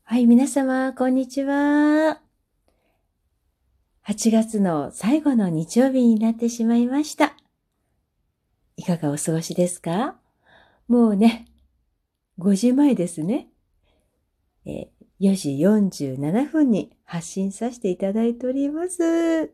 はい、皆様、こんにちは。8月の最後の日曜日になってしまいました。いかがお過ごしですか？もうね、5時前ですね。4時47分に発信させていただいております。はい、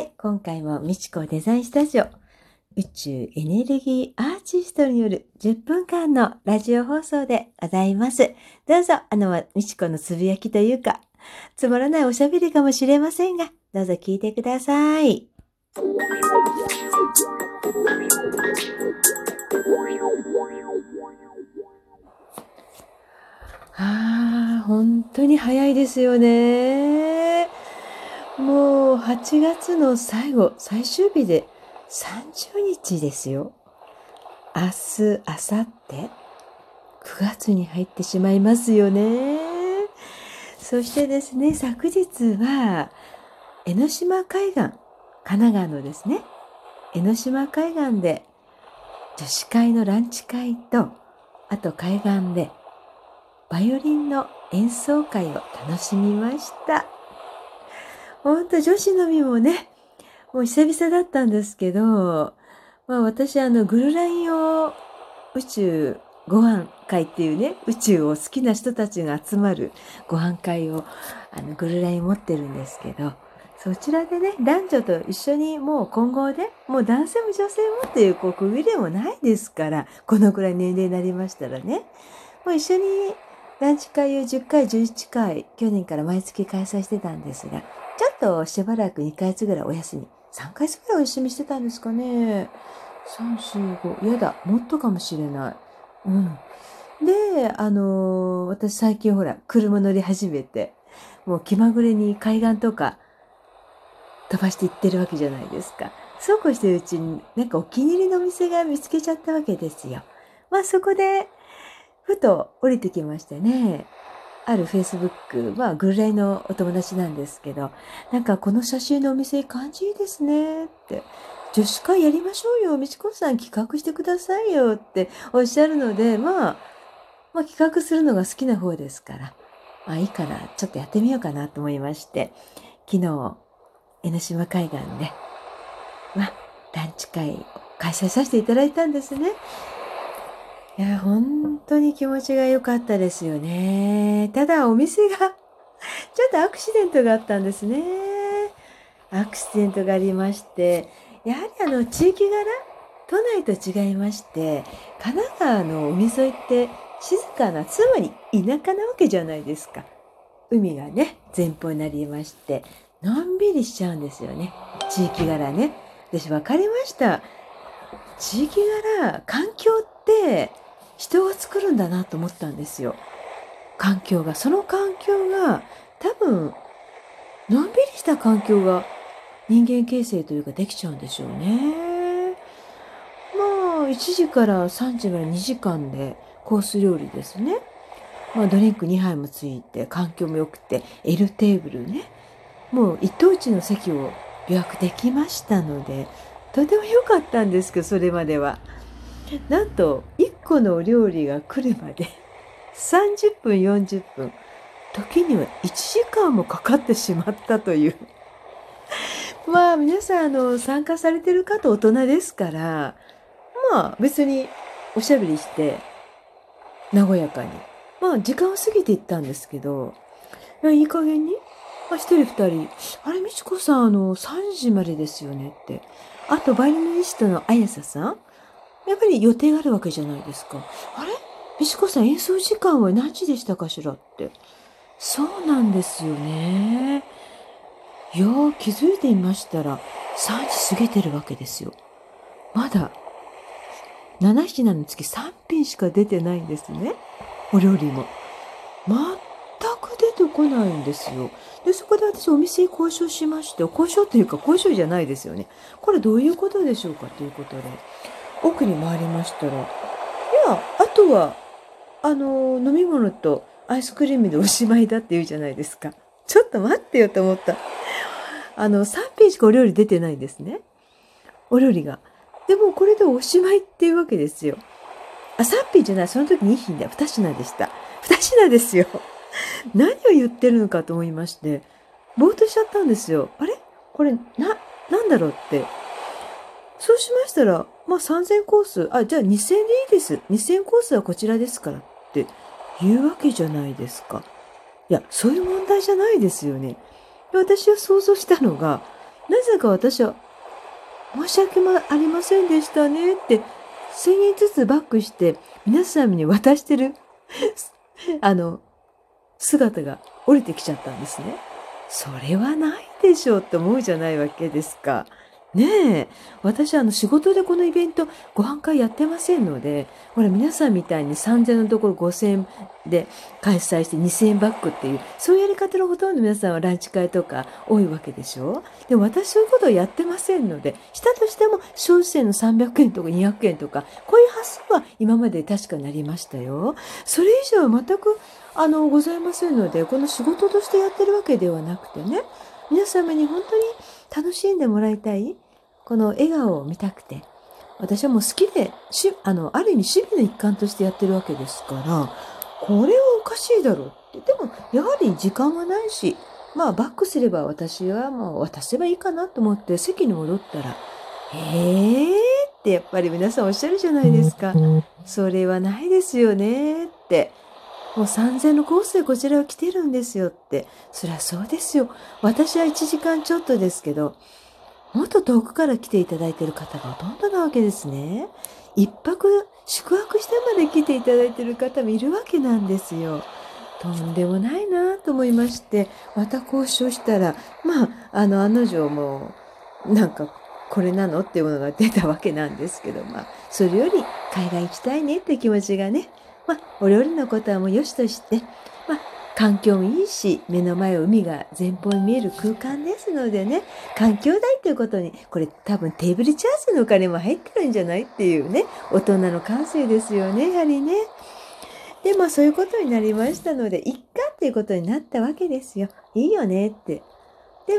今回もみちこデザインスタジオ宇宙エネルギーアーティストによる10分間のラジオ放送でございます。どうぞ、みちこのつぶやきというか、つまらないおしゃべりかもしれませんが、どうぞ聞いてください。本当に早いですよね。もう8月の最後、最終日で30日ですよ。明日、明後日、9月に入ってしまいますよね。そしてですね、昨日は、江ノ島海岸、神奈川のですね、江ノ島海岸で、女子会のランチ会と、あと海岸で、バイオリンの演奏会を楽しみました。ほんと女子のみもね、もう久々だったんですけど、私グルラインを宇宙ご飯会っていうね、宇宙を好きな人たちが集まるご飯会をグルライン持ってるんですけど、そちらでね、男女と一緒にもう混合で、もう男性も女性もっていう区切りもないですから、このくらい年齢になりましたらね、もう一緒にランチ会を10回、11回、去年から毎月開催してたんですが、ちょっとしばらく2ヶ月ぐらいお休み、3ヶ月ぐらいお休みしてたんですかね。3、4、5、やだ、もっとかもしれない。うん。で、私最近ほら、車乗り始めて、もう気まぐれに海岸とか飛ばしていってるわけじゃないですか。そうこうしてるうちに、なんかお気に入りのお店が見つけちゃったわけですよ。そこで、ふと降りてきましてね、ある Facebook、グルライのお友達なんですけど、なんかこの写真のお店感じいいですねって、女子会やりましょうよ、みちこさん企画してくださいよっておっしゃるので、企画するのが好きな方ですから、いいかな、ちょっとやってみようかなと思いまして、昨日、江ノ島海岸で、ランチ会を開催させていただいたんですね。いや、本当に気持ちが良かったですよね。ただお店がちょっとアクシデントがあったんですね。アクシデントがありまして、やはり地域柄、都内と違いまして、神奈川の海沿いって静かな、つまり田舎なわけじゃないですか。海がね、前方になりまして、のんびりしちゃうんですよね。地域柄ね。私分かりました。地域柄、環境って人が作るんだなと思ったんですよ。環境が。その環境が多分、のんびりした環境が人間形成というかできちゃうんでしょうね。1時から3時まで2時間でコース料理ですね。ドリンク2杯もついて、環境も良くて、L テーブルね。もう一等地の席を予約できましたので、とても良かったんですけど、それまでは。なんと、1個のお料理が来るまで30分、40分、時には1時間もかかってしまったという。皆さん、参加されてる方大人ですから、別におしゃべりして、和やかに。時間を過ぎていったんですけど、いい加減に、一人二人、あれ、みちこさん、3時までですよねって。あと、バイオリニストのあやささん、やっぱり予定があるわけじゃないですか。あれ、みちこさん、演奏時間は何時でしたかしらって。そうなんですよね。いやー、気づいていましたら、3時過ぎてるわけですよ。まだ、7品につき3品しか出てないんですね。お料理も。全く出てこないんですよ。で、そこで私お店に交渉しまして、交渉というか交渉じゃないですよね。これどういうことでしょうかということで、奥に回りましたら、いや、あとは、飲み物とアイスクリームでおしまいだって言うじゃないですか。ちょっと待ってよと思った。3品しかお料理出てないんですね。お料理が。でもこれでおしまいっていうわけですよ。3品じゃない、その時2品だよ。2品でした。2品ですよ。 何を言ってるのかと思いまして、ぼーっとしちゃったんですよ。あれこれ、なんだろうって。そうしましたら、まあ3000コース、じゃあ2000でいいです。2000コースはこちらですからって言うわけじゃないですか。いや、そういう問題じゃないですよね。私は想像したのが、なぜか私は申し訳ありませんでしたねって1000円ずつバックして皆さんに渡してるあの姿が降りてきちゃったんですね。それはないでしょうって思うじゃないわけですか。ねえ。私仕事でこのイベントご飯会やってませんので、ほら皆さんみたいに3000のところ5000で開催して2000バックっていう、そういうやり方のほとんど皆さんはランチ会とか多いわけでしょ。でも私そういうことをやってませんので、したとしても消費税の300円とか200円とか、こういう発想は今まで確かになりましたよ。それ以上は全くございませんので、この仕事としてやってるわけではなくてね、皆様に本当に楽しんでもらいたい、この笑顔を見たくて、私はもう好きで、ある意味趣味の一環としてやってるわけですから、これはおかしいだろうって。でも、やはり時間はないし、まあ、バックすれば私はもう渡せばいいかなと思って席に戻ったら、ってやっぱり皆さんおっしゃるじゃないですか。それはないですよねって。もう3000のコースでこちらは来てるんですよって。そりゃそうですよ。私は1時間ちょっとですけど、もっと遠くから来ていただいている方がほとんどなわけですね。一泊宿泊してまで来ていただいている方もいるわけなんですよ。とんでもないなと思いまして、また交渉したら、まあ、案の定もう、なんか、これなのっていうものが出たわけなんですけど、まあ、それより海外行きたいねって気持ちがね、まあ、お料理のことはもう良しとして、まあ、環境もいいし、目の前を海が前方に見える空間ですのでね、環境代ということに、これ多分テーブルチャージのお金も入ってるんじゃないっていうね、大人の感性ですよね、やはりね。で、まあそういうことになりましたので、いっかっていうことになったわけですよ。いいよねって。で、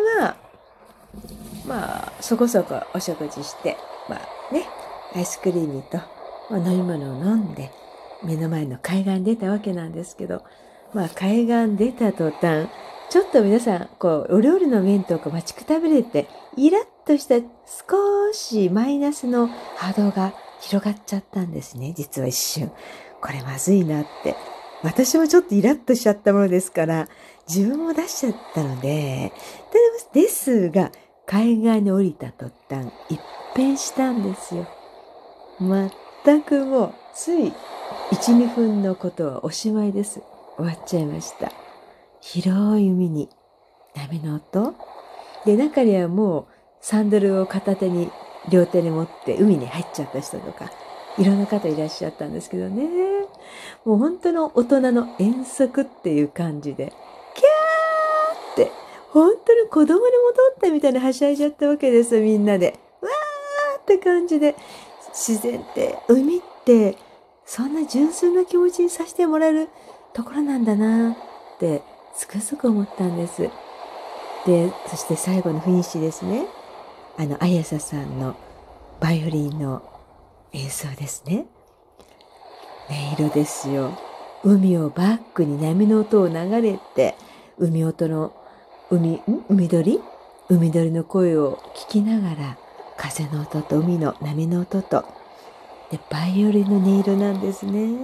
まあ、そこそこお食事して、まあね、アイスクリームと、まあ、飲み物を飲んで、目の前の海岸出たわけなんですけど、まあ海岸出た途端、ちょっと皆さん、こう、お料理の面とか待ちくたびれて、イラッとした少しマイナスの波動が広がっちゃったんですね、実は一瞬。これまずいなって。私もちょっとイラッとしちゃったものですから、自分も出しちゃったので、ですが、海岸に降りた途端、一変したんですよ。全くもう、つい1、2分のことはおしまいです。終わっちゃいました。広い海に波の音で、中にはもうサンダルを片手に両手に持って海に入っちゃった人とか、いろんな方いらっしゃったんですけどね。もう本当の大人の遠足っていう感じで、キャーって、本当に子供に戻ったみたいにはしゃいじゃったわけですよ、みんなで。わーって感じで、自然って、海って、そんな純粋な気持ちにさせてもらえるところなんだなって、つくづく思ったんです。で、そして最後のフィニッシュですね。綾瀬さんのバイオリンの演奏ですね。音色ですよ。海をバックに波の音を流れて、海音の、海鳥海鳥の声を聞きながら、風の音と海の波の音と、で、バイオリンの音色なんですね。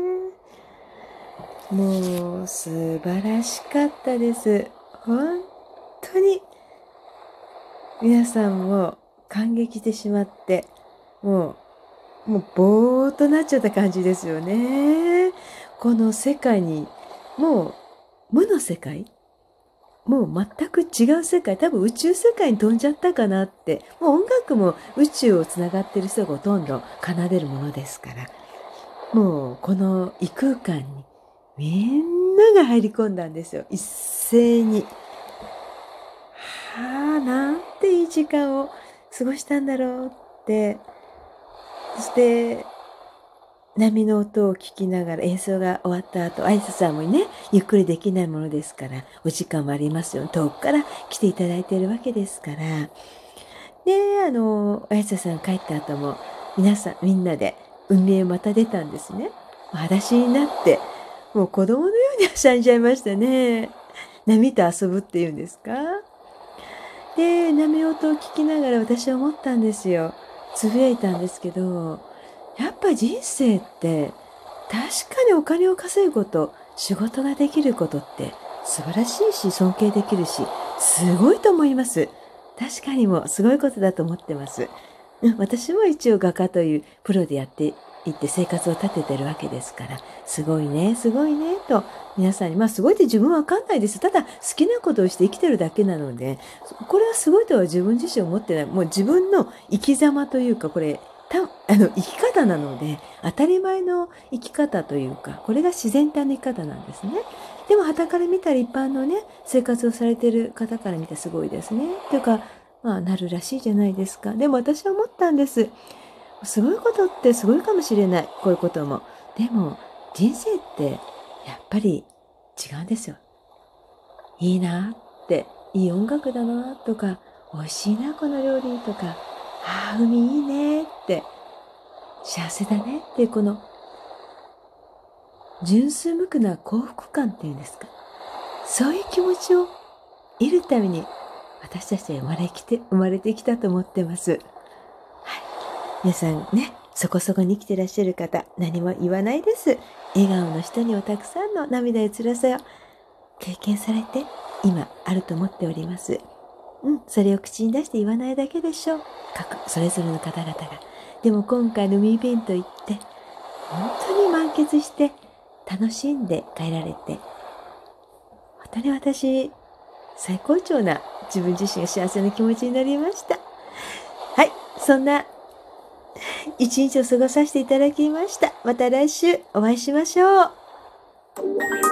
もう、素晴らしかったです。本当に、皆さんも感激してしまって、もうぼーっとなっちゃった感じですよね。この世界に、もう無の世界、もう全く違う世界、多分宇宙世界に飛んじゃったかなって、もう音楽も宇宙をつながってる人がほとんど奏でるものですから、もうこの異空間にみんなが入り込んだんですよ。一斉に。はあ、なんていい時間を過ごしたんだろうって。そして、波の音を聞きながら演奏が終わった後、挨拶はもうね、ゆっくりできないものですから、お時間もありますよ。遠くから来ていただいているわけですから。で、綾瀬さん帰った後も、皆さん、みんなで海へまた出たんですね。裸足になって、 もう子供のようにはしゃいじゃいましたね。波と遊ぶっていうんですか。で、波音を聞きながら私は思ったんですよ。つぶやいたんですけど、やっぱ人生って確かにお金を稼ぐこと、仕事ができることって素晴らしいし尊敬できるし、すごいと思います。確かにもうすごいことだと思ってます。私も一応画家というプロでやっていって生活を立ててるわけですから、すごいね、すごいね、と皆さんに、まあすごいって自分はわかんないです。ただ好きなことをして生きてるだけなので、これはすごいとは自分自身思ってない。もう自分の生き様というか、これ、生き方なので、当たり前の生き方というか、これが自然体の生き方なんですね。でも、傍から見たら一般のね、生活をされている方から見てすごいですね。というか、まあ、なるらしいじゃないですか。でも私は思ったんです。すごいことってすごいかもしれない。こういうことも。でも、人生ってやっぱり違うんですよ。いいなって、いい音楽だなとか、美味しいな、この料理とか、ああ、海いいねって、幸せだねっていうこの純粋無垢な幸福感っていうんですか。そういう気持ちを得るために私たちは生まれてきたと思ってます。はい。皆さんね、そこそこに生きてらっしゃる方、何も言わないです。笑顔の人にはたくさんの涙や辛さを経験されて、今あると思っております。それを口に出して言わないだけでしょう。それぞれの方々が。でも今回の海イベント行って、本当に満喫して楽しんで帰られて、本当に私、最高潮な自分自身が幸せな気持ちになりました。はい、そんな一日を過ごさせていただきました。また来週お会いしましょう。